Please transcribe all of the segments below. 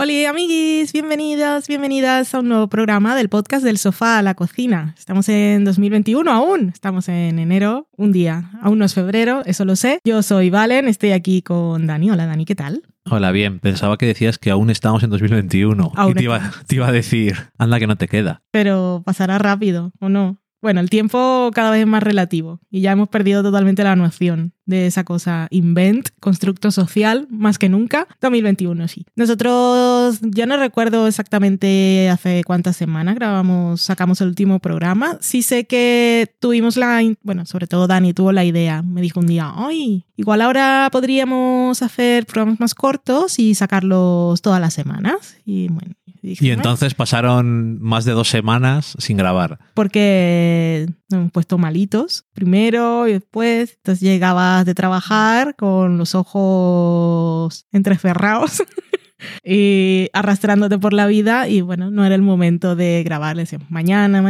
Hola amiguis, bienvenidos, bienvenidas a un nuevo programa del podcast del sofá a la cocina. Estamos en 2021 aún, estamos en enero, un día, aún no es febrero, eso lo sé. Yo soy Valen, estoy aquí con Dani. Hola Dani, ¿qué tal? Hola, bien. Pensaba que decías que aún estamos en 2021 aún y te iba a decir, anda que no te queda. Pero pasará rápido, ¿o no? Bueno, el tiempo cada vez es más relativo y ya hemos perdido totalmente la noción de esa cosa invent, constructo social, más que nunca. 2021, sí. Nosotros, ya no recuerdo exactamente hace cuántas semanas sacamos el último programa. Sí sé que tuvimos sobre todo Dani tuvo la idea. Me dijo un día, ¡ay! Igual ahora podríamos hacer programas más cortos y sacarlos todas las semanas. Y bueno, dije, y entonces pasaron más de 2 semanas sin grabar. Porque nos hemos puesto malitos primero y después. Entonces llegabas de trabajar con los ojos entrecerrados y arrastrándote por la vida y bueno, no era el momento de grabar. Le decíamos mañana.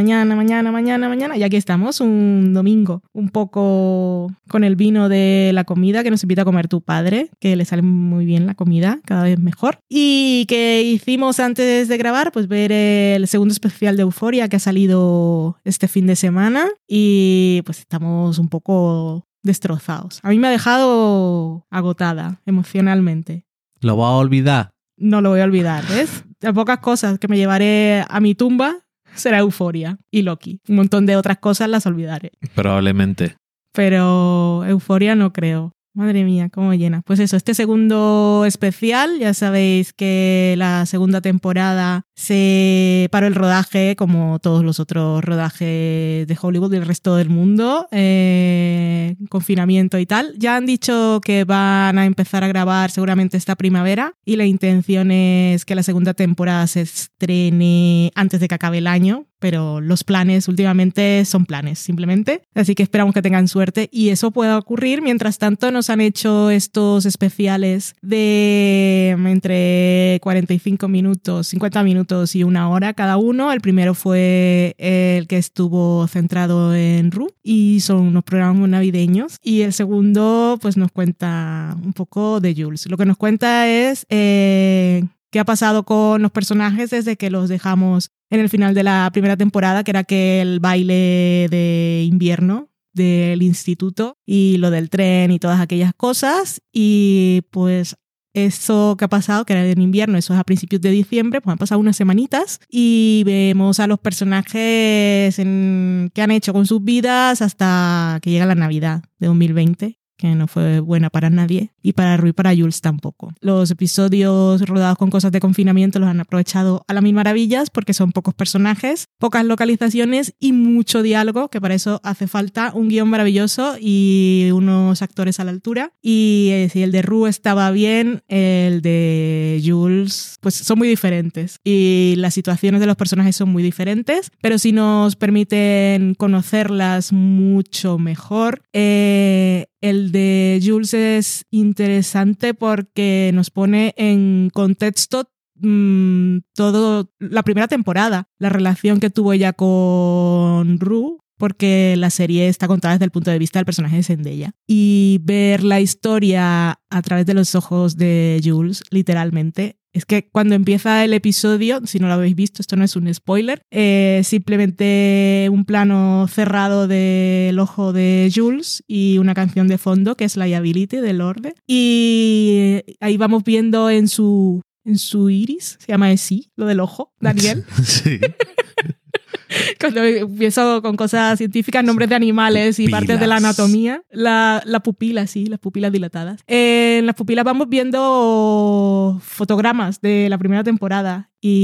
Y aquí estamos, un domingo, un poco con el vino de la comida que nos invita a comer tu padre, que le sale muy bien la comida, cada vez mejor. Y que hicimos antes de grabar, pues ver el segundo especial de Euphoria que ha salido este fin de semana y pues estamos un poco destrozados. A mí me ha dejado agotada emocionalmente. ¿Lo va a olvidar? No lo voy a olvidar, ¿ves? De pocas cosas que me llevaré a mi tumba será Euphoria y Loki. Un montón de otras cosas las olvidaré. Probablemente. Pero Euphoria no creo. Madre mía, cómo llena. Pues eso, este segundo especial, ya sabéis que la segunda temporada se paró el rodaje, como todos los otros rodajes de Hollywood y el resto del mundo, confinamiento y tal. Ya han dicho que van a empezar a grabar seguramente esta primavera y la intención es que la segunda temporada se estrene antes de que acabe el año, pero los planes últimamente son planes, simplemente. Así que esperamos que tengan suerte y eso pueda ocurrir. Mientras tanto, nos han hecho estos especiales de entre 45 minutos, 50 minutos y 1 hora cada uno. El primero fue el que estuvo centrado en Rue y son unos programas navideños. Y el segundo, pues nos cuenta un poco de Jules. Lo que nos cuenta es qué ha pasado con los personajes desde que los dejamos en el final de la primera temporada, que era aquel baile de invierno del instituto y lo del tren y todas aquellas cosas. Y pues eso que ha pasado, que era en invierno, eso es a principios de diciembre, pues han pasado unas semanitas y vemos a los personajes qué han hecho con sus vidas hasta que llega la Navidad de 2020. Que no fue buena para nadie, y para Rue y para Jules tampoco. Los episodios rodados con cosas de confinamiento los han aprovechado a las mil maravillas porque son pocos personajes, pocas localizaciones y mucho diálogo, que para eso hace falta un guión maravilloso y unos actores a la altura. Y si el de Rue estaba bien, el de Jules pues son muy diferentes y las situaciones de los personajes son muy diferentes, pero sí nos permiten conocerlas mucho mejor. El de Jules es interesante porque nos pone en contexto todo la primera temporada, la relación que tuvo ella con Rue, porque la serie está contada desde el punto de vista del personaje de Zendaya. Y ver la historia a través de los ojos de Jules, literalmente. Es que cuando empieza el episodio, si no lo habéis visto, esto no es un spoiler, simplemente un plano cerrado del ojo de Jules y una canción de fondo que es Liability de Lorde. Y ahí vamos viendo en su iris, se llama así, lo del ojo, Daniel. Sí. Cuando empiezo con cosas científicas, nombres de animales y partes de la anatomía, la pupila, sí, las pupilas dilatadas. En las pupilas vamos viendo fotogramas de la primera temporada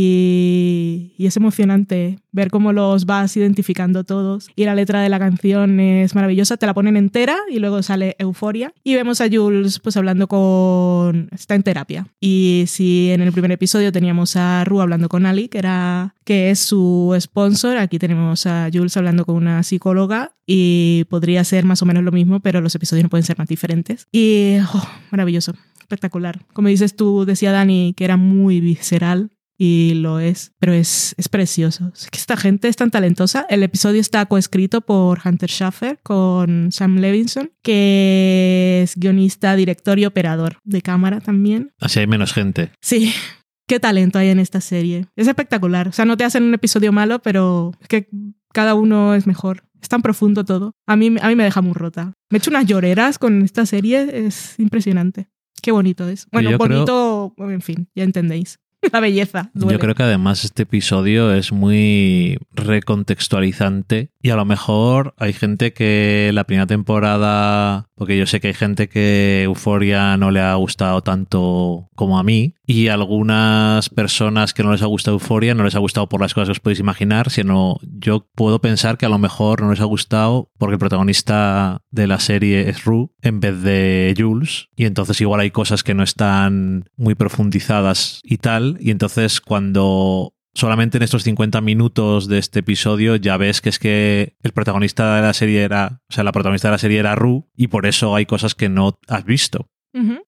y es emocionante ver cómo los vas identificando todos. Y la letra de la canción es maravillosa, te la ponen entera y luego sale Euphoria. Y vemos a Jules pues hablando está en terapia. Y si en el primer episodio teníamos a Rue hablando con Ali, que es su sponsor, aquí tenemos a Jules hablando con una psicóloga y podría ser más o menos lo mismo, pero los episodios no pueden ser más diferentes. Y maravilloso, espectacular. Como dices tú, decía Dani que era muy visceral. Y lo es, pero es precioso. Es que esta gente es tan talentosa. El episodio está coescrito por Hunter Schafer con Sam Levinson, que es guionista, director y operador de cámara también. Así hay menos gente. Sí, qué talento hay en esta serie. Es espectacular. O sea, no te hacen un episodio malo, pero es que cada uno es mejor. Es tan profundo todo. A mí me deja muy rota. Me he hecho unas lloreras con esta serie. Es impresionante. Qué bonito es. Bueno, Yo bonito, en fin, ya entendéis. La belleza. Duele. Yo creo que además este episodio es muy recontextualizante y a lo mejor hay gente que la primera temporada, porque yo sé que hay gente que Euphoria no le ha gustado tanto como a mí, y algunas personas que no les ha gustado Euphoria no les ha gustado por las cosas que os podéis imaginar, sino yo puedo pensar que a lo mejor no les ha gustado porque el protagonista de la serie es Rue en vez de Jules, y entonces igual hay cosas que no están muy profundizadas y tal, y entonces cuando solamente en estos 50 minutos de este episodio ya ves que es que el protagonista de la serie era, o sea, la protagonista de la serie era Rue, y por eso hay cosas que no has visto. Uh-huh.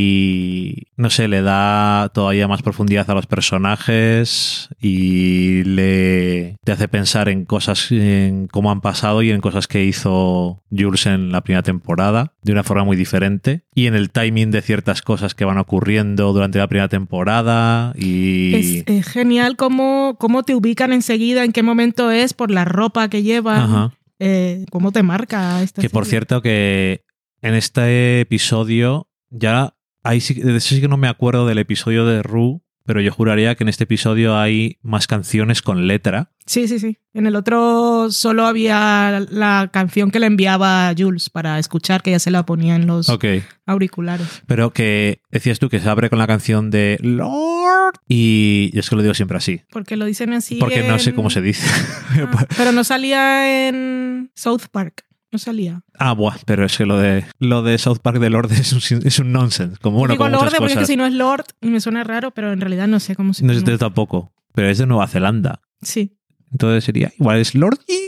Y no sé, le da todavía más profundidad a los personajes y te hace pensar en cosas, en cómo han pasado y en cosas que hizo Jules en la primera temporada de una forma muy diferente, y en el timing de ciertas cosas que van ocurriendo durante la primera temporada. Y es genial cómo te ubican enseguida, en qué momento es, por la ropa que llevan, cómo te marca esta que serie. por cierto que en este episodio ya ahí sí, de eso sí que no me acuerdo del episodio de Rue, pero yo juraría que en este episodio hay más canciones con letra. Sí. En el otro solo había la canción que le enviaba a Jules para escuchar, que ya se la ponía en los auriculares. Pero que decías tú que se abre con la canción de Lord, y yo es que lo digo siempre así. Porque lo dicen así. Porque no sé cómo se dice. Pero no salía en South Park. No salía. Buah, pero es que lo de South Park de Lord es un nonsense. Como, bueno, digo como Lord muchas porque cosas. es que si no es Lord, y me suena raro, pero en realidad no sé cómo se No pronuncia. es de tampoco, pero es de Nueva Zelanda. Sí. Entonces sería, igual es Lordi.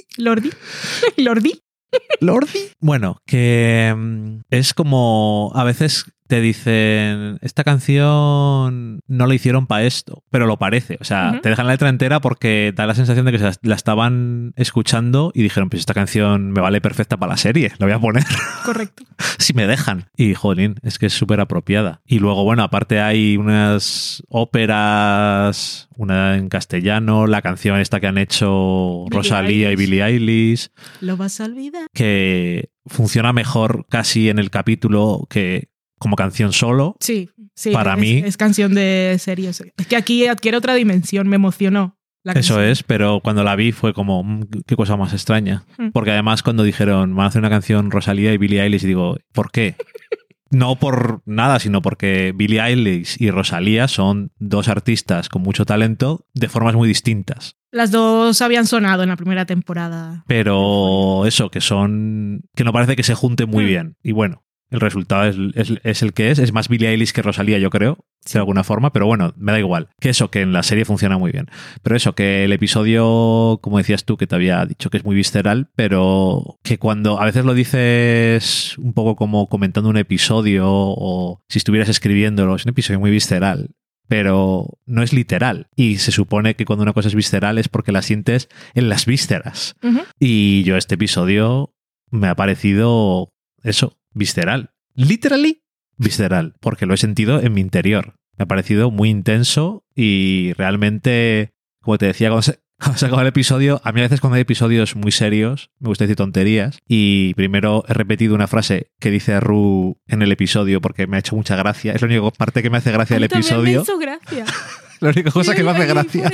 Lordi. Bueno, que es como a veces te dicen, esta canción no la hicieron para esto, pero lo parece. O sea, te dejan la letra entera porque da la sensación de que la estaban escuchando y dijeron, pues esta canción me vale perfecta para la serie, la voy a poner. Correcto. Si me dejan. Y, jolín, es que es súper apropiada. Y luego, bueno, aparte hay unas óperas, una en castellano, la canción esta que han hecho Rosalía y Billie Eilish. Lo vas a olvidar. Que funciona mejor casi en el capítulo que como canción solo. Sí. Para mí es canción de serie. Es que aquí adquiere otra dimensión, me emocionó. Eso es, pero cuando la vi fue como, qué cosa más extraña. Porque además cuando dijeron, van a hacer una canción Rosalía y Billie Eilish, digo, ¿por qué? No por nada, sino porque Billie Eilish y Rosalía son dos artistas con mucho talento de formas muy distintas. Las dos habían sonado en la primera temporada. Pero eso, que no parece que se junten muy bien. Y bueno, el resultado es el que es. Es más Billie Eilish que Rosalía, yo creo, de alguna forma, pero bueno, me da igual. Que eso, que en la serie funciona muy bien. Pero eso, que el episodio, como decías tú, que te había dicho que es muy visceral, pero que cuando a veces lo dices un poco como comentando un episodio o si estuvieras escribiéndolo, es un episodio muy visceral. Pero no es literal. Y se supone que cuando una cosa es visceral es porque la sientes en las vísceras. Y yo este episodio me ha parecido eso, visceral. Literally visceral, porque lo he sentido en mi interior. Me ha parecido muy intenso y realmente, como te decía, cuando se acaba el episodio, a mí a veces cuando hay episodios muy serios, me gusta decir tonterías, y primero he repetido una frase que dice Rue en el episodio porque me ha hecho mucha gracia. Es la única parte que me hace gracia del episodio. Me hizo gracia. La única cosa que me hace gracia.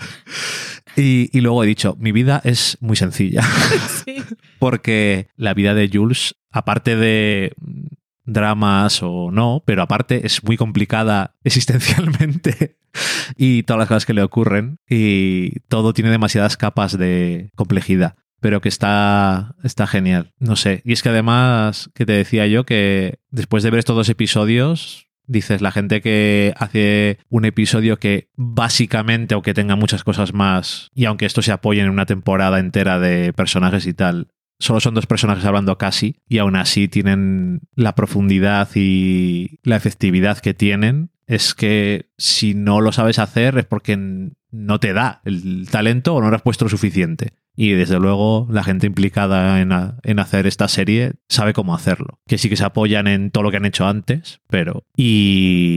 Y luego he dicho, mi vida es muy sencilla. Sí. Porque la vida de Jules, aparte de dramas o no, pero aparte es muy complicada existencialmente y todas las cosas que le ocurren, y todo tiene demasiadas capas de complejidad, pero que está genial, no sé. Y es que además, que te decía yo, que después de ver estos dos episodios, dices, la gente que hace un episodio que básicamente, aunque tenga muchas cosas más, y aunque esto se apoye en una temporada entera de personajes y tal, solo son dos personajes hablando casi, y aún así tienen la profundidad y la efectividad que tienen. Es que si no lo sabes hacer es porque no te da el talento o no lo has puesto lo suficiente. Y desde luego la gente implicada en hacer esta serie sabe cómo hacerlo. Que sí que se apoyan en todo lo que han hecho antes, pero... Y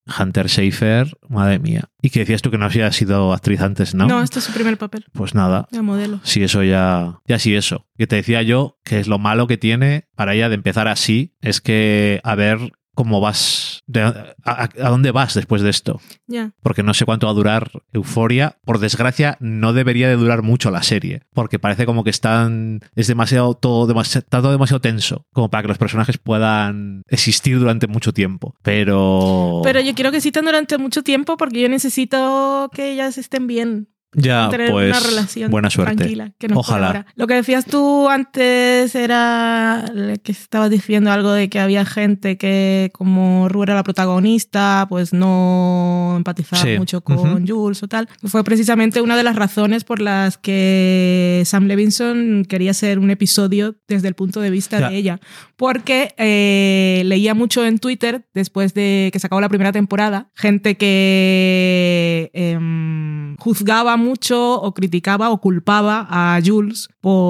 Hunter Schafer, madre mía. Y que decías tú que no había sido actriz antes, ¿no? No, este es su primer papel. Pues nada. De modelo. Sí, eso ya sí eso. Que te decía yo que es lo malo que tiene para ella de empezar así, es que a ver cómo vas, a dónde vas después de esto. Ya. Porque no sé cuánto va a durar Euphoria. Por desgracia, no debería de durar mucho la serie, porque parece como que está todo demasiado tenso, como para que los personajes puedan existir durante mucho tiempo. Pero yo quiero que existan durante mucho tiempo porque yo necesito que ellas estén bien. Ya, tener pues, una relación buena suerte. tranquila. Que no Ojalá. Ahora. Lo que decías tú antes era que estabas diciendo algo de que había gente que, como Rue era la protagonista, pues no empatizaba mucho con Jules o tal. Fue precisamente una de las razones por las que Sam Levinson quería hacer un episodio desde el punto de vista de ella. Porque leía mucho en Twitter, después de que se acabó la primera temporada, gente que juzgaba mucho o criticaba o culpaba a Jules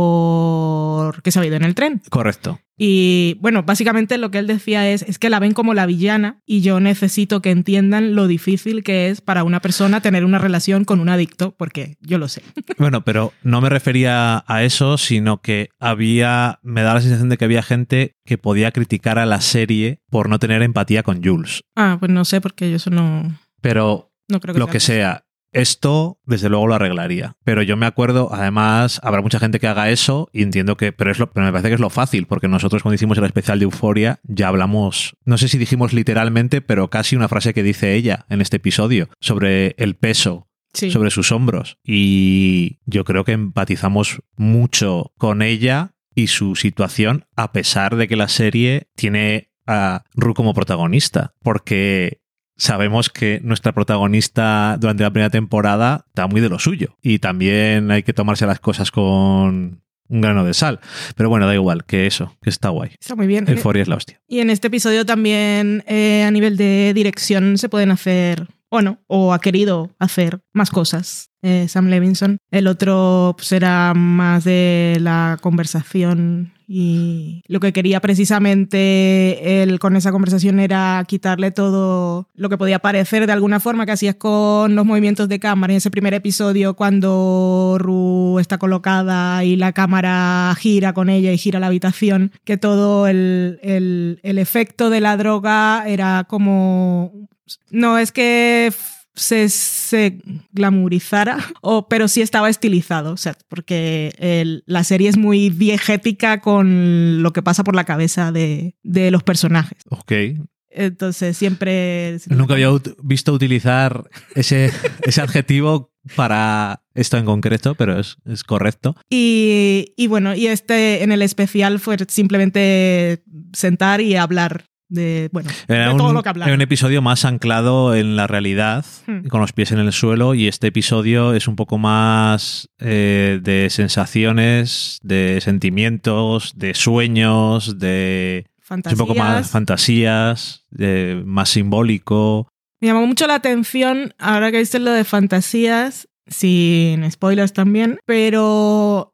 por que se había ido en el tren. Correcto. Y bueno, básicamente lo que él decía es que la ven como la villana y yo necesito que entiendan lo difícil que es para una persona tener una relación con un adicto, porque yo lo sé. Bueno, pero no me refería a eso, sino que me da la sensación de que había gente que podía criticar a la serie por no tener empatía con Jules. Ah, pues no sé, porque yo eso no... Pero no creo que lo que sea... Esto, desde luego, lo arreglaría. Pero yo me acuerdo, además, habrá mucha gente que haga eso y entiendo que... Pero me parece que es lo fácil, porque nosotros cuando hicimos el especial de Euphoria ya hablamos, no sé si dijimos literalmente, pero casi una frase que dice ella en este episodio sobre el peso sobre sus hombros. Y yo creo que empatizamos mucho con ella y su situación, a pesar de que la serie tiene a Rue como protagonista, porque... Sabemos que nuestra protagonista durante la primera temporada está muy de lo suyo y también hay que tomarse las cosas con un grano de sal. Pero bueno, da igual, que está guay. Está muy bien. Euphoria es la hostia. Y en este episodio también a nivel de dirección se pueden hacer, o ha querido hacer más cosas Sam Levinson. El otro pues, era más de la conversación y lo que quería precisamente él con esa conversación era quitarle todo lo que podía parecer de alguna forma, que así es con los movimientos de cámara. En ese primer episodio, cuando Rue está colocada y la cámara gira con ella y gira la habitación, que todo el efecto de la droga era como... No es que se glamourizara, pero sí estaba estilizado, o sea, porque la serie es muy diegética con lo que pasa por la cabeza de los personajes. Ok. Entonces siempre... Nunca había visto utilizar ese adjetivo para esto en concreto, pero es correcto. Y bueno, y en el especial fue simplemente sentar y hablar de todo lo que hablar. Era un episodio más anclado en la realidad, con los pies en el suelo, y este episodio es un poco más de sensaciones, de sentimientos, de sueños, de... Fantasías. Es un poco más fantasías, más simbólico. Me llamó mucho la atención, ahora que dices lo de fantasías, sin spoilers también, pero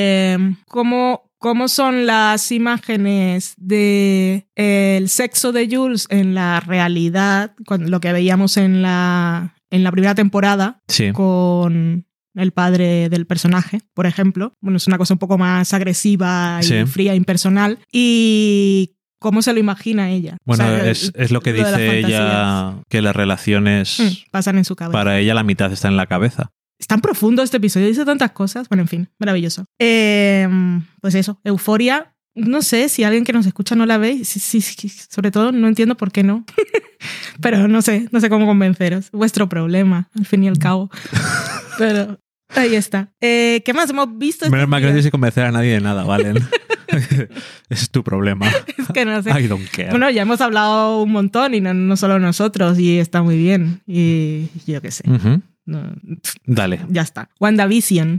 cómo son las imágenes del sexo de Jules en la realidad, lo que veíamos en la primera temporada, sí, con el padre del personaje, por ejemplo. Bueno, es una cosa un poco más agresiva y sí, fría, impersonal. Y cómo se lo imagina ella. Bueno, o sea, es lo que dice ella, que las relaciones pasan en su cabeza. Para ella la mitad está en la cabeza. Es tan profundo este episodio, dice tantas cosas. Bueno, en fin, maravilloso. Pues eso, Euphoria. No sé si alguien que nos escucha no la ve. Sí, sobre todo no entiendo por qué no. Pero no sé cómo convenceros. Vuestro problema, al fin y al cabo. Pero ahí está. ¿Qué más hemos visto? Menos mal que no tienes que convencer a nadie de nada, ¿vale? Ese es tu problema. Es que no sé. I don't care. Bueno, ya hemos hablado un montón y no solo nosotros, y está muy bien. Y yo qué sé. Uh-huh. No, dale. Ya está. WandaVision.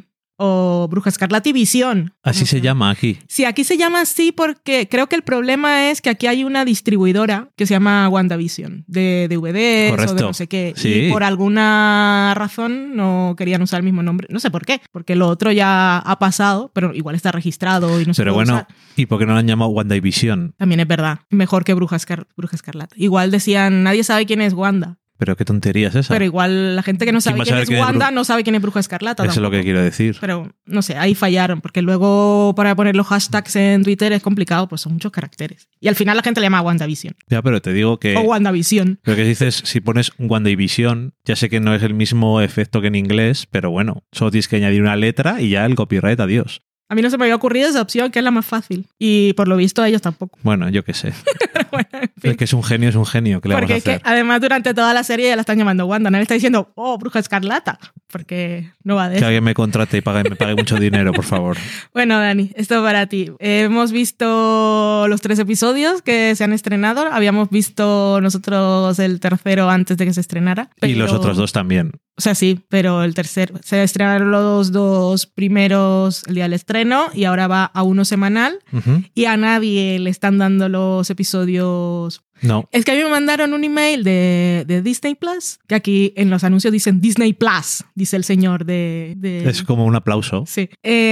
o Bruja Escarlata y Visión. Así se llama aquí. Sí, aquí se llama así porque creo que el problema es que aquí hay una distribuidora que se llama WandaVision, de DVDs Correcto. o de no sé qué. Sí. Y por alguna razón no querían usar el mismo nombre. No sé por qué, porque lo otro ya ha pasado, pero igual está registrado y no se Pero puede bueno, usar. ¿y por qué no la han llamado WandaVision? También es verdad. Mejor que Bruja Escarlata. Igual decían, nadie sabe quién es Wanda. Pero qué tontería es esa. Pero igual la gente que no sabe va a quién saber es quién es Wanda no sabe quién es Bruja Escarlata. Eso es lo tampoco. que quiero decir. Pero no sé, ahí fallaron, porque luego para poner los hashtags en Twitter es complicado, pues son muchos caracteres. Y al final la gente le llama WandaVision. Ya, pero te digo que... O WandaVision. Pero que dices, si pones WandaVision, ya sé que no es el mismo efecto que en inglés, pero bueno, solo tienes que añadir una letra y ya el copyright, adiós. A mí no se me había ocurrido esa opción, que es la más fácil. Y por lo visto a ellos tampoco. Bueno, yo qué sé. Bueno, en fin. Es que es un genio, ¿qué le vamos Porque a es que hacer? además durante toda la serie ya la están llamando Wanda. Nadie está diciendo, oh, Bruja Escarlata. Porque no va de Que eso. alguien me contrate y me pague mucho dinero, por favor. Bueno, Dani, esto para ti. Hemos visto los 3 episodios que se han estrenado. Habíamos visto nosotros el tercero antes de que se estrenara. Y los otros 2 también. O sea, sí, pero el tercero. Se estrenaron los 2 primeros el día del estreno y ahora va a uno semanal. Ujú. Y a nadie le están dando los episodios. No. Es que a mí me mandaron un email de Disney Plus, que aquí en los anuncios dicen Disney Plus, dice el señor de... Es como un aplauso. Sí.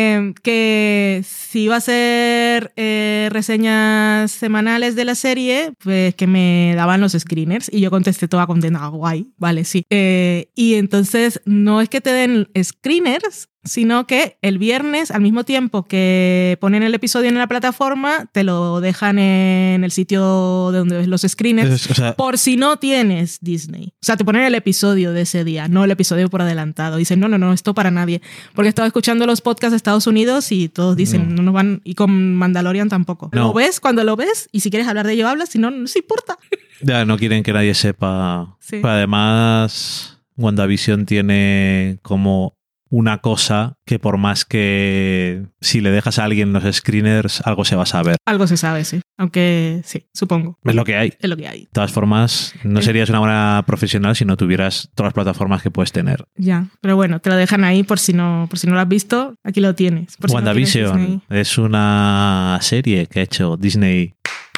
Que si iba a ser reseñas semanales de la serie, pues que me daban los screeners y yo contesté toda contenta, guay, vale, sí. Y entonces no es que te den screeners, sino que el viernes, al mismo tiempo que ponen el episodio en la plataforma, te lo dejan en el sitio de donde ves los screeners, O sea, por si no tienes Disney. O sea, te ponen el episodio de ese día, no el episodio por adelantado. Dicen, no, esto para nadie. Porque he estado escuchando los podcasts de Estados Unidos y todos dicen, no nos van... Y con Mandalorian tampoco. No. Lo ves cuando lo ves y si quieres hablar de ello hablas, si no, no se importa. ya no quieren que nadie sepa. Sí. Pero además, WandaVision tiene como una cosa que por más que si le dejas a alguien los screeners, algo se va a saber. Algo se sabe, sí. Aunque sí, supongo. Es lo que hay. Es lo que hay. De todas formas, no serías una buena profesional si no tuvieras todas las plataformas que puedes tener. Ya, pero bueno, te lo dejan ahí por si no lo has visto, aquí lo tienes. Por si no tienes WandaVision Disney. es una serie que ha hecho Disney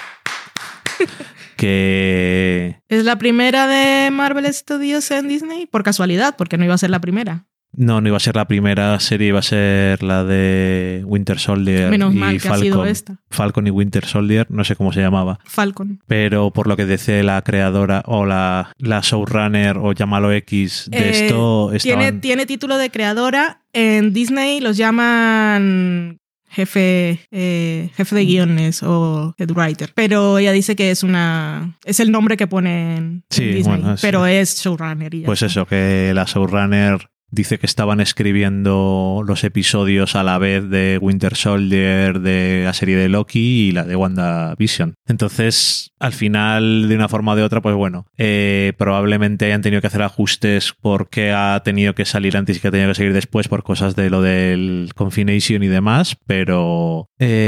que... ¿Es la primera de Marvel Studios en Disney? Por casualidad, porque no iba a ser la primera. No iba a ser la primera serie, iba a ser la de Winter Soldier Menos y mal que ha sido Falcon. esta. Falcon y Winter Soldier, no sé cómo se llamaba. Falcon. Pero por lo que dice la creadora o la showrunner o llámalo X de esto, estaban... Tiene título de creadora. En Disney los llaman jefe de guiones o head writer. Pero ella dice que es el nombre que pone en Sí, Disney. bueno, pero es showrunner. Y ya Pues está. eso, que la showrunner dice que estaban escribiendo los episodios a la vez de Winter Soldier, de la serie de Loki y la de WandaVision. Entonces, al final, de una forma o de otra, pues bueno, probablemente hayan tenido que hacer ajustes porque ha tenido que salir antes y que ha tenido que seguir después por cosas de lo del Confination y demás, pero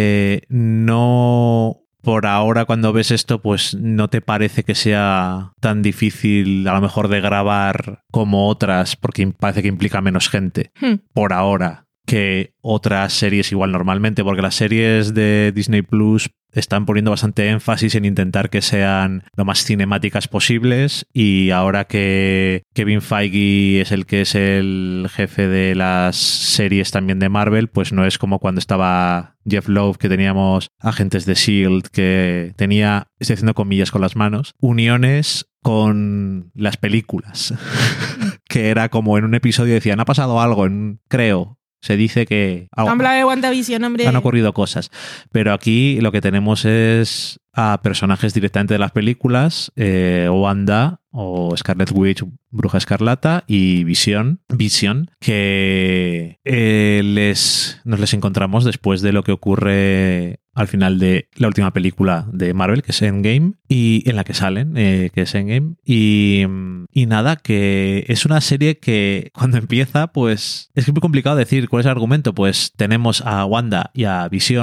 no... Por ahora, cuando ves esto, pues no te parece que sea tan difícil a lo mejor de grabar como otras, porque parece que implica menos gente. Por ahora, que otras series igual normalmente, porque las series de Disney Plus están poniendo bastante énfasis en intentar que sean lo más cinemáticas posibles, y ahora que Kevin Feige es el que es el jefe de las series también de Marvel, pues no es como cuando estaba Jeff Lowe, que teníamos Agentes de S.H.I.E.L.D., que tenía, estoy haciendo comillas con las manos, uniones con las películas. Que era como en un episodio decían, ha pasado algo, creo... Se dice que Habla de WandaVision, hombre. han ocurrido cosas. Pero aquí lo que tenemos es a personajes directamente de las películas, Wanda o Scarlet Witch, Bruja Escarlata, y Visión, que nos les encontramos después de lo que ocurre al final de la última película de Marvel, que es Endgame, y en la que salen, que es Endgame. Y nada, que es una serie que cuando empieza, pues es muy complicado decir cuál es el argumento. Pues tenemos a Wanda y a Visión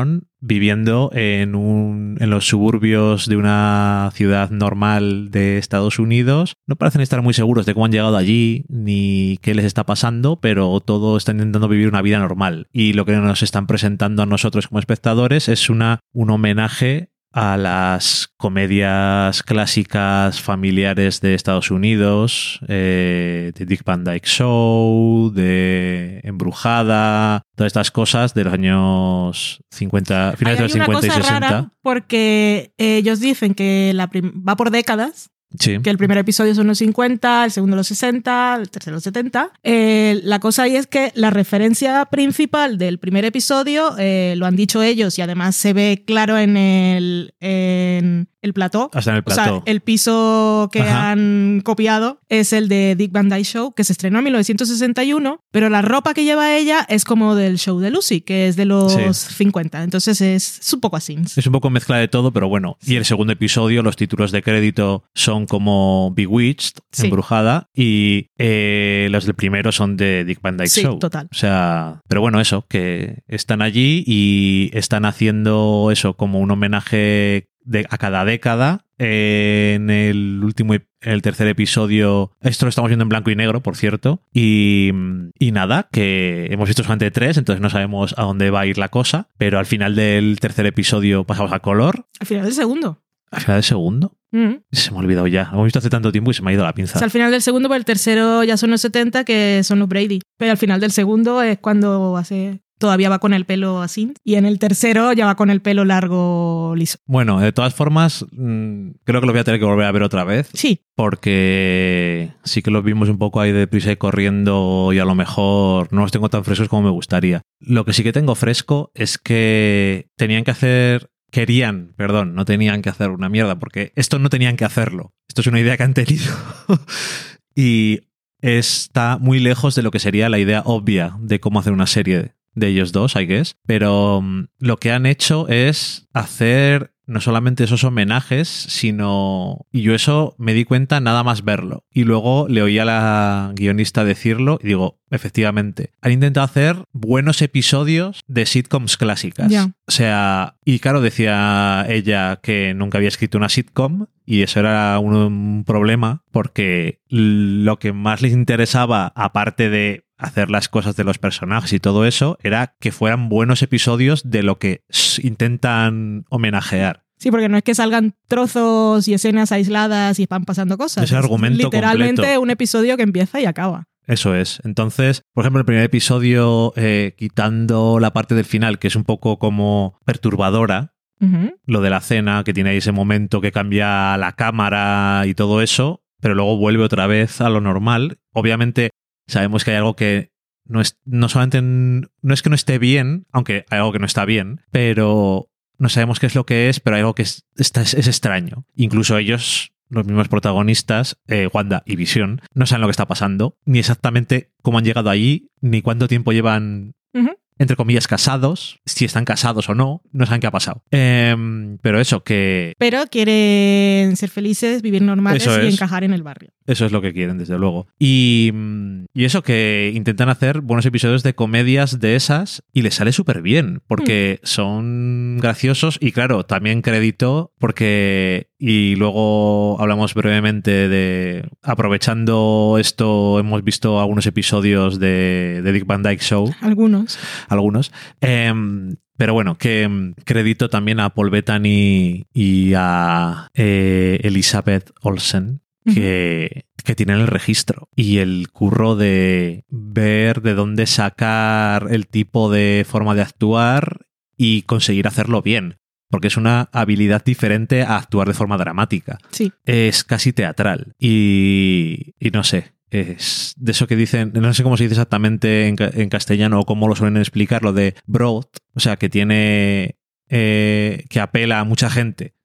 viviendo en los suburbios de una ciudad normal de Estados Unidos. No parecen estar muy seguros de cómo han llegado allí ni qué les está pasando, pero todo está intentando vivir una vida normal. Y lo que nos están presentando a nosotros como espectadores es un homenaje a las comedias clásicas familiares de Estados Unidos, de Dick Van Dyke Show, de Embrujada, todas estas cosas de los años 50, finales de los 50 y 60. Rara porque ellos dicen que va por décadas. Sí. Que el primer episodio son los 50, el segundo los 60, el tercero los 70. La cosa ahí es que la referencia principal del primer episodio, lo han dicho ellos y además se ve claro en el plató. Hasta en el plató. O sea, el piso que han copiado es el de Dick Van Dyke Show, que se estrenó en 1961, pero la ropa que lleva ella es como del show de Lucy, que es de los 50. Entonces es un poco así. Es un poco mezcla de todo, pero bueno. Y el segundo episodio, los títulos de crédito son como Bewitched, Embrujada, y los del primero son de Dick Van Dyke Show. Sí, total. O sea, pero bueno, eso, que están allí y están haciendo eso como un homenaje a cada década. En el tercer episodio, esto lo estamos viendo en blanco y negro, por cierto, y nada, que hemos visto solamente 3, entonces no sabemos a dónde va a ir la cosa, pero al final del tercer episodio pasamos a color. Al final del segundo. ¿Al final del segundo? Se me ha olvidado ya. Lo hemos visto hace tanto tiempo y se me ha ido la pinza. O sea, al final del segundo, pero el tercero ya son los 70, que son los Brady. Pero al final del segundo es cuando todavía va con el pelo así. Y en el tercero ya va con el pelo largo liso. Bueno, de todas formas, creo que lo voy a tener que volver a ver otra vez. Sí. Porque sí que los vimos un poco ahí deprisa y corriendo y a lo mejor no los tengo tan frescos como me gustaría. Lo que sí que tengo fresco es que no tenían que hacer una mierda, porque esto no tenían que hacerlo. Esto es una idea que han tenido. Y está muy lejos de lo que sería la idea obvia de cómo hacer una serie de ellos dos, I guess. Pero lo que han hecho es hacer no solamente esos homenajes, sino... Y yo eso me di cuenta nada más verlo. Y luego le oí a la guionista decirlo y digo, efectivamente, han intentado hacer buenos episodios de sitcoms clásicas. Yeah. O sea, y claro, decía ella que nunca había escrito una sitcom y eso era un problema porque lo que más les interesaba, aparte de hacer las cosas de los personajes y todo eso, era que fueran buenos episodios de lo que intentan homenajear. Sí, porque no es que salgan trozos y escenas aisladas y van pasando cosas. Ese argumento literalmente completo. Un episodio que empieza y acaba. Eso es. Entonces, por ejemplo, el primer episodio, quitando la parte del final, que es un poco como perturbadora, lo de la cena, que tiene ahí ese momento que cambia la cámara y todo eso, pero luego vuelve otra vez a lo normal. Obviamente, sabemos que hay algo que no es que no esté bien, aunque hay algo que no está bien, pero no sabemos qué es lo que es, pero hay algo que es extraño. Incluso ellos, los mismos protagonistas, Wanda y Visión, no saben lo que está pasando, ni exactamente cómo han llegado allí, ni cuánto tiempo llevan, entre comillas, casados, si están casados o no saben qué ha pasado. Pero eso, que... Pero quieren ser felices, vivir normales y encajar en el barrio. Eso es lo que quieren, desde luego. Y eso, que intentan hacer buenos episodios de comedias de esas y les sale súper bien, porque son graciosos y claro, también crédito porque... Y luego hablamos brevemente de... Aprovechando esto, hemos visto algunos episodios de Dick Van Dyke Show. Algunos. Pero bueno, que crédito también a Paul Bettany y a Elizabeth Olsen, que tienen el registro y el curro de ver de dónde sacar el tipo de forma de actuar y conseguir hacerlo bien. Porque es una habilidad diferente a actuar de forma dramática. Sí. Es casi teatral. Y no sé. Es de eso que dicen, no sé cómo se dice exactamente en castellano o cómo lo suelen explicar, lo de broad, o sea, que tiene... que apela a mucha gente.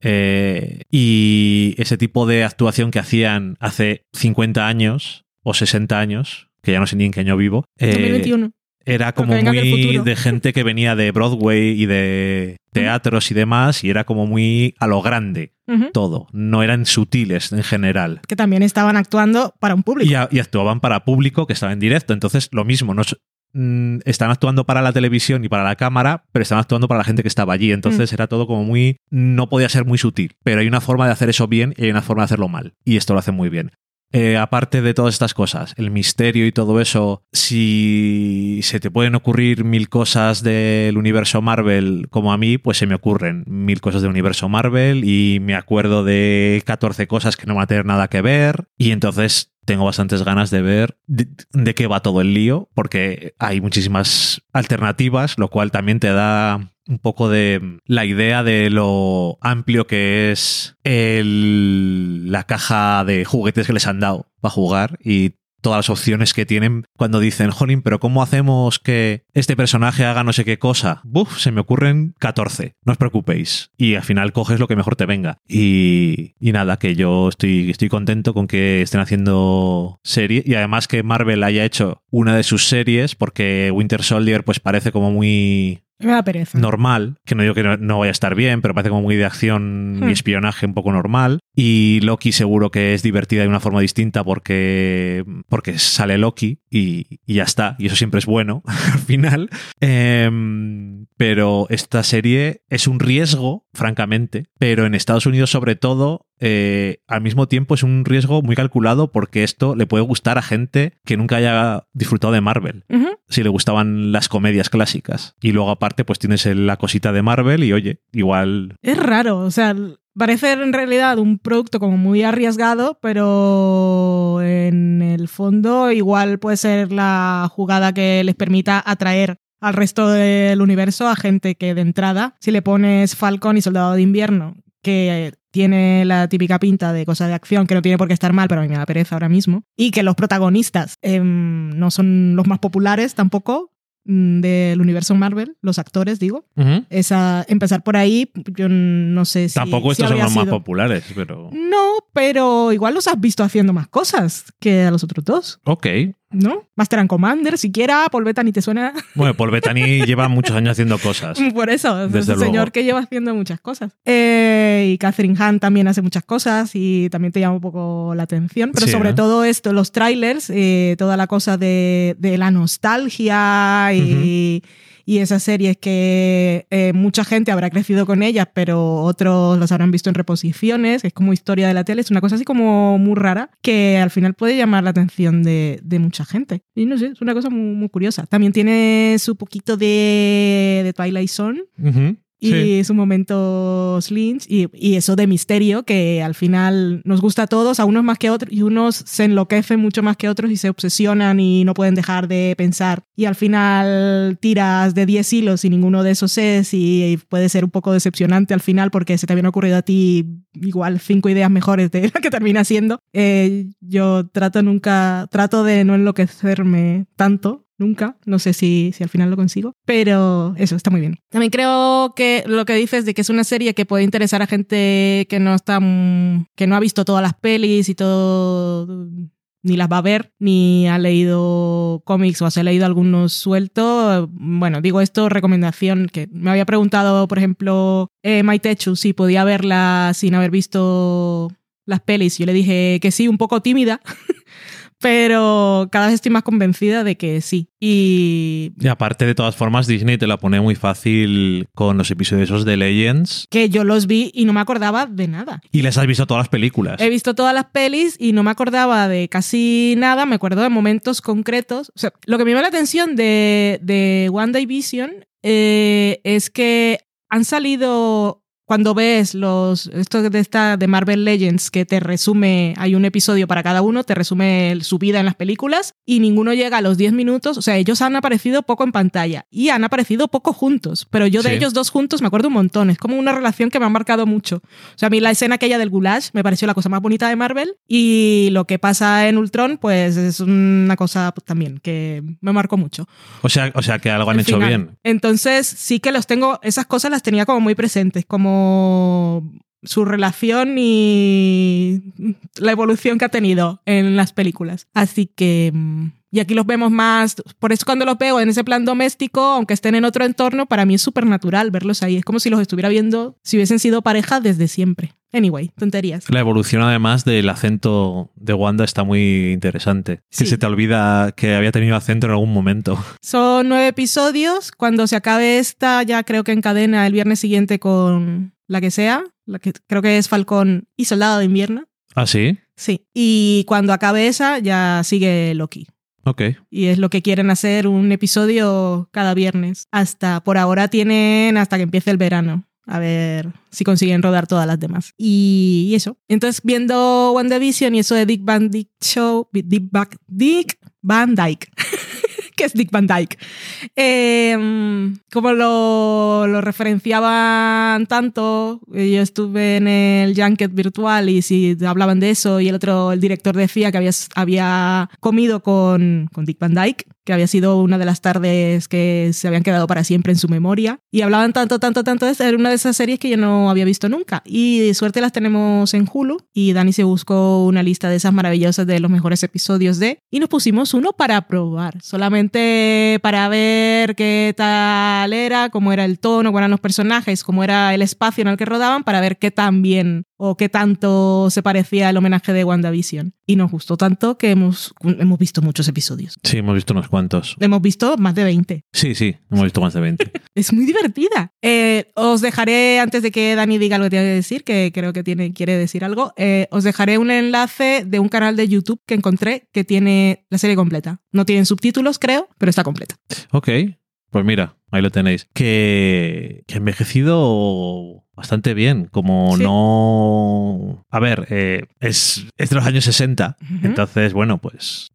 Y ese tipo de actuación que hacían hace 50 años o 60 años, que ya no sé ni en qué año vivo. 2021. Era como muy de gente que venía de Broadway y de teatros y demás, y era como muy a lo grande todo. No eran sutiles en general. Que también estaban actuando para un público. Y actuaban para público que estaba en directo. Entonces, lo mismo, están actuando para la televisión y para la cámara, pero están actuando para la gente que estaba allí. Entonces era todo como muy... No podía ser muy sutil, pero hay una forma de hacer eso bien y hay una forma de hacerlo mal. Y esto lo hace muy bien. Aparte de todas estas cosas, el misterio y todo eso, si se te pueden ocurrir 1000 cosas del universo Marvel como a mí, pues se me ocurren 1000 cosas del universo Marvel y me acuerdo de 14 cosas que no van a tener nada que ver y entonces tengo bastantes ganas de ver de qué va todo el lío, porque hay muchísimas alternativas, lo cual también te da un poco de la idea de lo amplio que es la caja de juguetes que les han dado para jugar y todas las opciones que tienen cuando dicen, jolín, pero ¿cómo hacemos que este personaje haga no sé qué cosa? Buf, se me ocurren 14, no os preocupéis. Y al final coges lo que mejor te venga. Y nada, que yo estoy contento con que estén haciendo serie y además que Marvel haya hecho una de sus series, porque Winter Soldier pues parece como muy... Me da pereza. Normal, que no digo que no vaya a estar bien, pero parece como muy de acción y espionaje un poco normal. Y Loki seguro que es divertida de una forma distinta porque sale Loki y ya está. Y eso siempre es bueno al final. Pero esta serie es un riesgo, francamente, pero en Estados Unidos sobre todo, al mismo tiempo es un riesgo muy calculado porque esto le puede gustar a gente que nunca haya disfrutado de Marvel. Si le gustaban las comedias clásicas. Y luego aparte pues tienes la cosita de Marvel y oye, igual... Es raro, o sea... Parece en realidad un producto como muy arriesgado, pero en el fondo igual puede ser la jugada que les permita atraer al resto del universo a gente que de entrada, si le pones Falcon y Soldado de Invierno, que tiene la típica pinta de cosa de acción, que no tiene por qué estar mal, pero a mí me da pereza ahora mismo, y que los protagonistas no son los más populares tampoco, del universo Marvel, los actores, digo. Empezar por ahí, yo no sé si... Tampoco estos son los más populares, pero... No, pero igual los has visto haciendo más cosas que a los otros dos. Ok. ¿No? Master and Commander, siquiera. Paul Bettany, ¿te suena? Bueno, Paul Bettany lleva muchos años haciendo cosas. Por eso, es un señor que lleva haciendo muchas cosas. Y Catherine Hahn también hace muchas cosas y también te llama un poco la atención. Pero sí, sobre todo esto, los trailers, toda la cosa de la nostalgia y esas series que mucha gente habrá crecido con ellas, pero otros las habrán visto en reposiciones, es como historia de la tele, es una cosa así como muy rara que al final puede llamar la atención de mucha gente. Y no sé, es una cosa muy, muy curiosa. También tiene su poquito de Twilight Zone. Y sus momentos Lynch y eso de misterio que al final nos gusta a todos, a unos más que a otros, y unos se enloquecen mucho más que otros y se obsesionan y no pueden dejar de pensar. Y al final tiras de 10 hilos y ninguno de esos es, y puede ser un poco decepcionante al final porque se te habían ocurrido a ti igual 5 ideas mejores de la que termina siendo. Yo trato de no enloquecerme tanto. Nunca, no sé si al final lo consigo, pero eso está muy bien. También creo que lo que dices de que es una serie que puede interesar a gente que no ha visto todas las pelis y todo, ni las va a ver, ni ha leído cómics o se ha leído algunos sueltos. Bueno, digo esto, recomendación, que me había preguntado, por ejemplo, Maitechu si podía verla sin haber visto las pelis. Yo le dije que sí, un poco tímida. Pero cada vez estoy más convencida de que sí. Y aparte, de todas formas, Disney te la pone muy fácil con los episodios esos de Legends. Que yo los vi y no me acordaba de nada. ¿Y les has visto todas las películas? He visto todas las pelis y no me acordaba de casi nada. Me acuerdo de momentos concretos. O sea, lo que me llama la atención de WandaVision es que han salido... Cuando ves esto de Marvel Legends, que te resume, hay un episodio para cada uno, te resume su vida en las películas y ninguno llega a los 10 minutos. O sea, ellos han aparecido poco en pantalla y han aparecido poco juntos, pero yo de ellos dos juntos me acuerdo un montón. Es como una relación que me ha marcado mucho. O sea, a mí la escena aquella del Goulash me pareció la cosa más bonita de Marvel y lo que pasa en Ultron, pues es una cosa pues, también que me marcó mucho. O sea que algo han hecho bien. Entonces sí que esas cosas las tenía como muy presentes, como su relación y la evolución que ha tenido en las películas. Así que... Y aquí los vemos más... Por eso cuando los veo en ese plan doméstico, aunque estén en otro entorno, para mí es súper natural verlos ahí. Es como si los estuviera viendo, si hubiesen sido pareja desde siempre. Anyway, tonterías. La evolución, además, del acento de Wanda está muy interesante. Sí. Que se te olvida que había tenido acento en algún momento. Son 9 episodios. Cuando se acabe esta, ya creo que encadena el viernes siguiente con la que sea. La que creo que es Falcón y Soldado de Invierno. ¿Ah, sí? Sí. Y cuando acabe esa, ya sigue Loki. Ok. Y es lo que quieren hacer, un episodio cada viernes. Por ahora tienen hasta que empiece el verano. A ver si consiguen rodar todas las demás. Y eso. Entonces, viendo WandaVision y eso de Dick Van Dyke Show, Dick Van Dyke. ¿Qué es Dick Van Dyke? Como lo referenciaban tanto, yo estuve en el Junket virtual y si hablaban de eso y el director decía que había comido con Dick Van Dyke, que había sido una de las tardes que se habían quedado para siempre en su memoria. Y hablaban tanto de eso. Era una de esas series que yo no había visto nunca. Y de suerte las tenemos en Hulu. Y Dani se buscó una lista de esas maravillosas de los mejores episodios y nos pusimos uno para probar. Solamente para ver qué tal era, cómo era el tono, cómo eran los personajes, cómo era el espacio en el que rodaban, para ver qué tan bien o qué tanto se parecía el homenaje de WandaVision. Y nos gustó tanto que hemos visto muchos episodios. Sí, hemos visto unos cuantos. Hemos visto más de 20. Sí, hemos visto más de 20. Es muy divertida. Os dejaré, antes de que Dani diga lo que tiene que decir, que creo que quiere decir algo, os dejaré un enlace de un canal de YouTube que encontré que tiene la serie completa. No tienen subtítulos, creo, pero está completa. Ok, pues mira, ahí lo tenéis. Que ha envejecido bastante bien, como sí. No... A ver, es de los años 60, entonces, bueno, pues...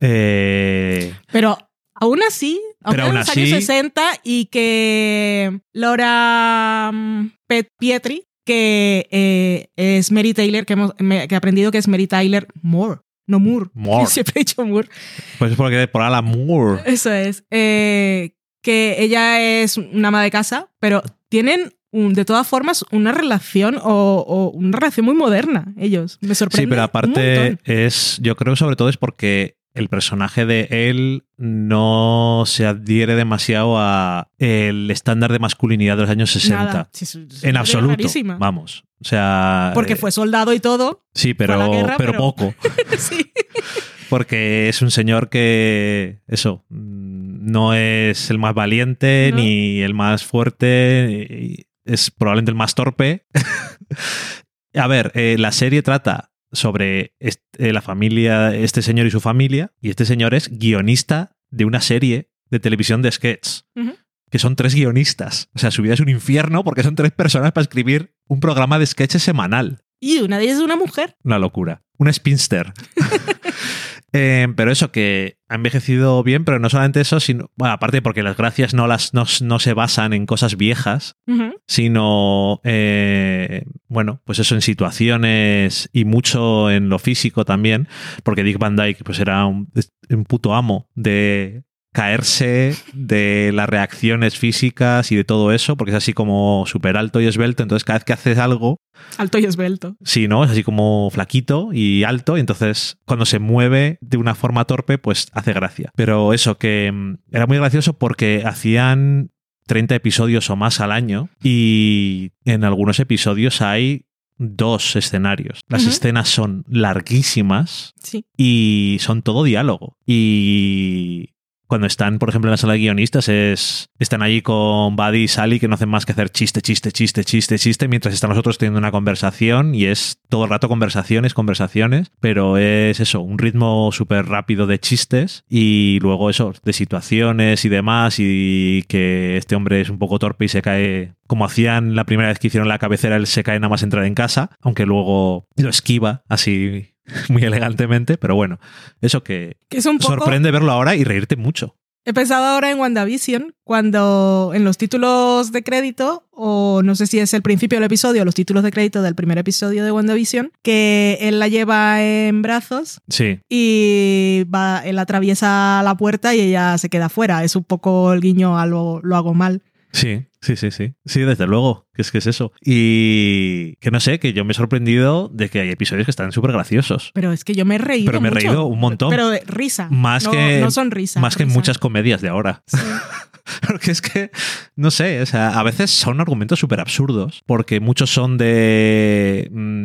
Pero aún así, aunque en los años 60 y que Laura Pietri, que es Mary Taylor, que he aprendido que es Mary Tyler Moore. No Moore. Siempre he dicho Moore. Pues es porque por Alan Moore. Eso es. Que ella es una ama de casa, pero tienen de todas formas una relación o una relación muy moderna, ellos. Me sorprende. Sí, pero aparte yo creo sobre todo es porque el personaje de él no se adhiere demasiado a el estándar de masculinidad de los años 60. Nada. Sí, en absoluto. Rarísima. Vamos. O sea... Porque fue soldado y todo. Sí, pero poco. Sí. Porque es un señor que, eso, no es el más valiente ni el más fuerte, es probablemente el más torpe. A ver, la serie trata sobre la familia, este señor y su familia, y este señor es guionista de una serie de televisión de sketches. Que son 3 guionistas. O sea, su vida es un infierno porque son 3 personas para escribir un programa de sketches semanal. Y una de ellas es una mujer. Una locura. Una spinster. Pero eso, que ha envejecido bien, pero no solamente eso, sino, bueno, aparte porque las gracias no se basan en cosas viejas, sino, bueno, pues eso, en situaciones y mucho en lo físico también, porque Dick Van Dyke pues era un puto amo de caerse, de las reacciones físicas y de todo eso, porque es así como súper alto y esbelto, entonces cada vez que haces algo... Alto y esbelto. Sí, ¿no? Es así como flaquito y alto, y entonces cuando se mueve de una forma torpe, pues hace gracia. Pero eso, que era muy gracioso porque hacían 30 episodios o más al año y en algunos episodios hay 2 escenarios. Las escenas son larguísimas y son todo diálogo. Y... cuando están, por ejemplo, en la sala de guionistas, están allí con Buddy y Sally que no hacen más que hacer chiste, mientras están nosotros teniendo una conversación y es todo el rato conversaciones, pero es eso, un ritmo súper rápido de chistes y luego eso, de situaciones y demás, y que este hombre es un poco torpe y se cae, como hacían la primera vez que hicieron la cabecera, él se cae nada más entrar en casa, aunque luego lo esquiva así... muy elegantemente, pero bueno, eso que es un poco... sorprende verlo ahora y reírte mucho. He pensado ahora en WandaVision, cuando en los títulos de crédito, o no sé si es el principio del episodio o los títulos de crédito del primer episodio de WandaVision, que él la lleva en brazos y él atraviesa la puerta y ella se queda fuera. Es un poco el guiño a lo hago mal. Sí, desde luego, que es eso. Y que no sé, que yo me he sorprendido de que hay episodios que están súper graciosos. Pero es que yo me he reído Pero me he reído un montón. Pero de risa. No son risa. Más que en muchas comedias de ahora. Sí. Porque es que, no sé, o sea, a veces son argumentos súper absurdos, porque muchos son de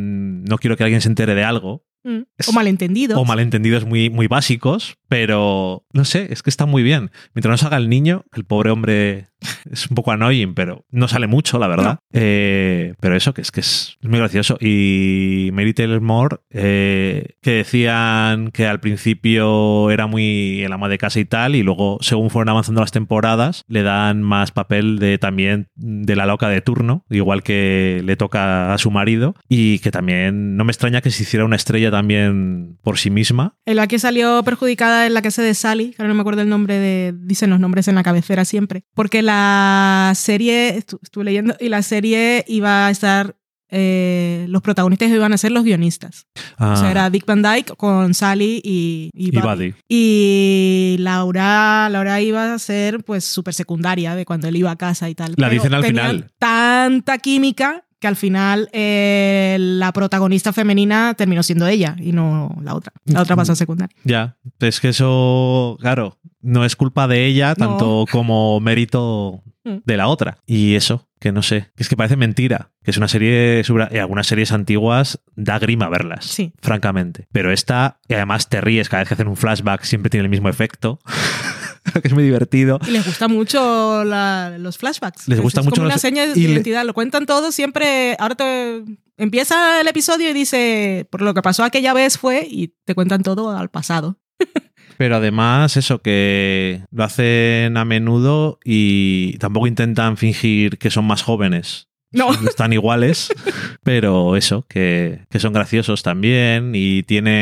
no quiero que alguien se entere de algo. O malentendidos. O malentendidos muy, muy básicos, pero no sé, es que está muy bien. Mientras no salga el niño, el pobre hombre es un poco annoying, pero no sale mucho, la verdad. No. Pero eso, que es muy gracioso. Y Mary Tyler Moore, que decían que al principio era muy el ama de casa y tal, y luego, según fueron avanzando las temporadas, le dan más papel también de la loca de turno, igual que le toca a su marido, y que también no me extraña que se hiciera una estrella también por sí misma. En la que salió perjudicada en la que hace de Sally, que ahora no me acuerdo el nombre dicen los nombres en la cabecera siempre, porque la serie, estuve leyendo, y la serie iba a estar, los protagonistas iban a ser los guionistas. O sea, era Dick Van Dyke con Sally y Buddy. Y Laura iba a ser pues súper secundaria de cuando él iba a casa y tal. La dicen al final. Tanta química que al final la protagonista femenina terminó siendo ella y no la otra. La otra pasa a secundaria. Ya, es que eso, claro, no es culpa de ella tanto como mérito de la otra. Y eso, que no sé, es que parece mentira, que es una serie, y algunas series antiguas da grima verlas, sí, francamente. Pero esta, y además te ríes cada vez que hacen un flashback, siempre tiene el mismo efecto. Que es muy divertido. Y les gusta mucho los flashbacks. Les gusta mucho como una seña de identidad. Lo cuentan todos siempre. Ahora empieza el episodio y dice, por lo que pasó aquella vez fue, y te cuentan todo al pasado. Pero además eso, que lo hacen a menudo y tampoco intentan fingir que son más jóvenes. No. Están iguales, pero eso, que son graciosos también y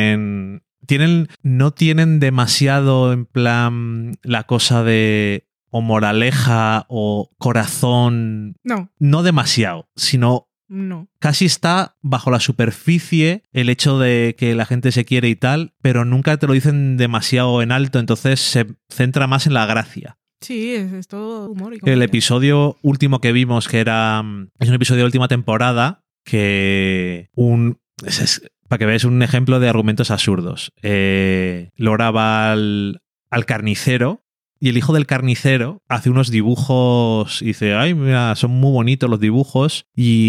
no tienen demasiado en plan la cosa de o moraleja o corazón. No demasiado, sino casi está bajo la superficie el hecho de que la gente se quiere y tal, pero nunca te lo dicen demasiado en alto, entonces se centra más en la gracia. Sí, es todo humor y comedia. El episodio último que vimos, que es un episodio de última temporada, que para que veáis un ejemplo de argumentos absurdos. Laura va al carnicero y el hijo del carnicero hace unos dibujos y dice, ay, mira, son muy bonitos los dibujos,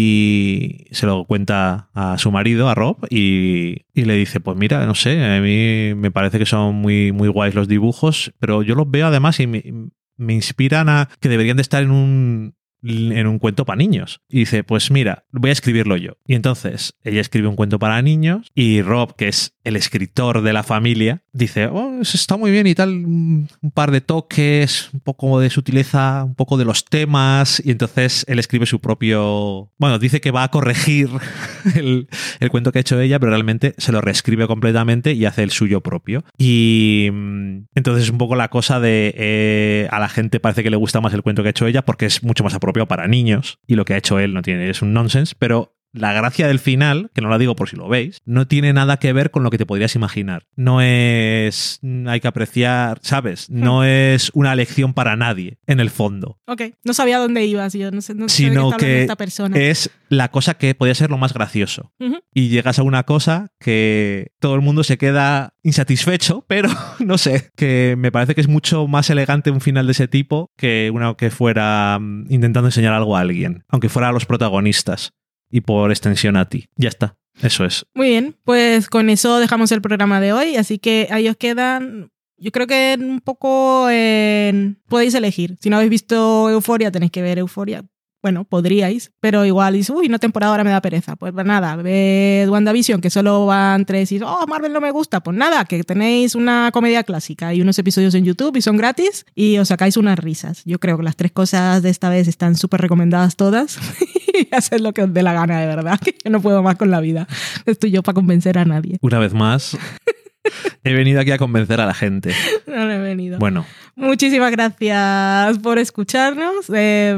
y se lo cuenta a su marido, a Rob, y le dice, pues mira, no sé, a mí me parece que son muy, muy guays los dibujos, pero yo los veo además y me inspiran a que deberían de estar en un cuento para niños. Y dice, pues mira, voy a escribirlo yo. Y entonces ella escribe un cuento para niños y Rob, que es el escritor de la familia, dice, oh, eso está muy bien y tal, un par de toques, un poco de sutileza, un poco de los temas, y entonces él escribe su propio... Bueno, dice que va a corregir el cuento que ha hecho ella, pero realmente se lo reescribe completamente y hace el suyo propio. Y entonces es un poco la cosa de a la gente parece que le gusta más el cuento que ha hecho ella porque es mucho más apropiado para niños y lo que ha hecho él es un nonsense, pero la gracia del final, que no la digo por si lo veis, no tiene nada que ver con lo que te podrías imaginar. No es... hay que apreciar, ¿sabes? No es una lección para nadie, en el fondo. Ok, no sabía dónde ibas, yo no sé de qué está hablando esta persona. Es la cosa que podría ser lo más gracioso. Y llegas a una cosa que todo el mundo se queda insatisfecho, pero no sé, que me parece que es mucho más elegante un final de ese tipo que una que fuera intentando enseñar algo a alguien, aunque fuera a los protagonistas. Y por extensión a ti. Ya está. Eso es. Muy bien. Pues con eso dejamos el programa de hoy. Así que ahí os quedan... Yo creo que un poco podéis elegir. Si no habéis visto Euphoria, tenéis que ver Euphoria. Bueno, podríais, pero igual dices, uy, una temporada ahora me da pereza. Pues nada, ved WandaVision, que solo van 3 y Marvel no me gusta. Pues nada, que tenéis una comedia clásica y unos episodios en YouTube y son gratis y os sacáis unas risas. Yo creo que las 3 cosas de esta vez están súper recomendadas todas. Y haced lo que os dé la gana, de verdad, que yo no puedo más con la vida. Estoy yo para convencer a nadie. Una vez más, he venido aquí a convencer a la gente. No he venido. Bueno. Muchísimas gracias por escucharnos.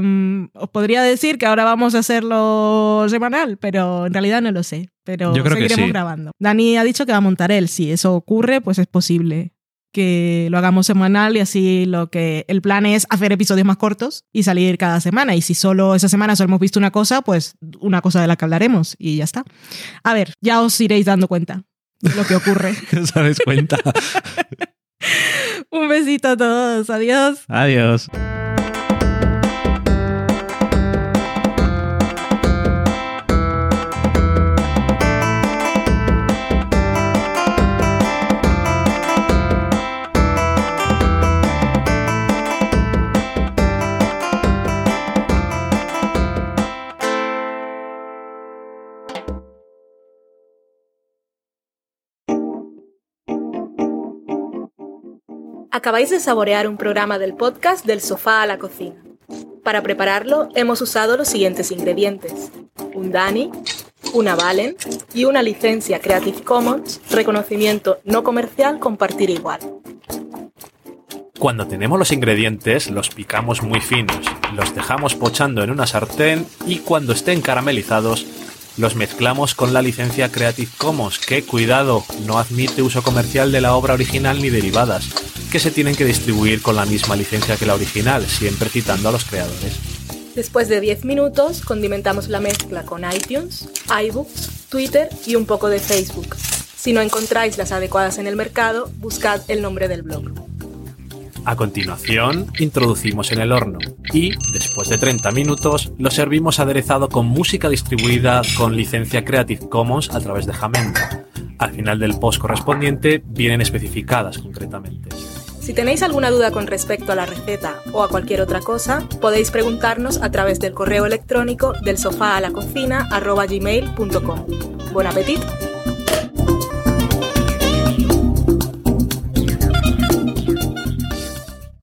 Os podría decir que ahora vamos a hacerlo semanal, pero en realidad no lo sé. Pero yo creo seguiremos que sí. grabando. Dani ha dicho que va a montar él. Si eso ocurre, pues es posible que lo hagamos semanal y así el plan es hacer episodios más cortos y salir cada semana. Y si solo esa semana solo hemos visto una cosa, pues una cosa de la que hablaremos y ya está. A ver, ya os iréis dando cuenta de lo que ocurre. ¿Os dais cuenta? Un besito a todos. Adiós. Adiós. Acabáis de saborear un programa del podcast Del Sofá a la Cocina. Para prepararlo hemos usado los siguientes ingredientes: un Dani, una Valen y una licencia Creative Commons, reconocimiento no comercial, compartir igual. Cuando tenemos los ingredientes, los picamos muy finos, los dejamos pochando en una sartén y cuando estén caramelizados, los mezclamos con la licencia Creative Commons, que, cuidado, no admite uso comercial de la obra original ni derivadas, que se tienen que distribuir con la misma licencia que la original, siempre citando a los creadores. Después de 10 minutos, condimentamos la mezcla con iTunes, iBooks, Twitter y un poco de Facebook. Si no encontráis las adecuadas en el mercado, buscad el nombre del blog. A continuación, introducimos en el horno y, después de 30 minutos, lo servimos aderezado con música distribuida con licencia Creative Commons a través de Jamendo. Al final del post correspondiente vienen especificadas concretamente. Si tenéis alguna duda con respecto a la receta o a cualquier otra cosa, podéis preguntarnos a través del correo electrónico delsofaalacocina@gmail.com. ¡Buen apetito!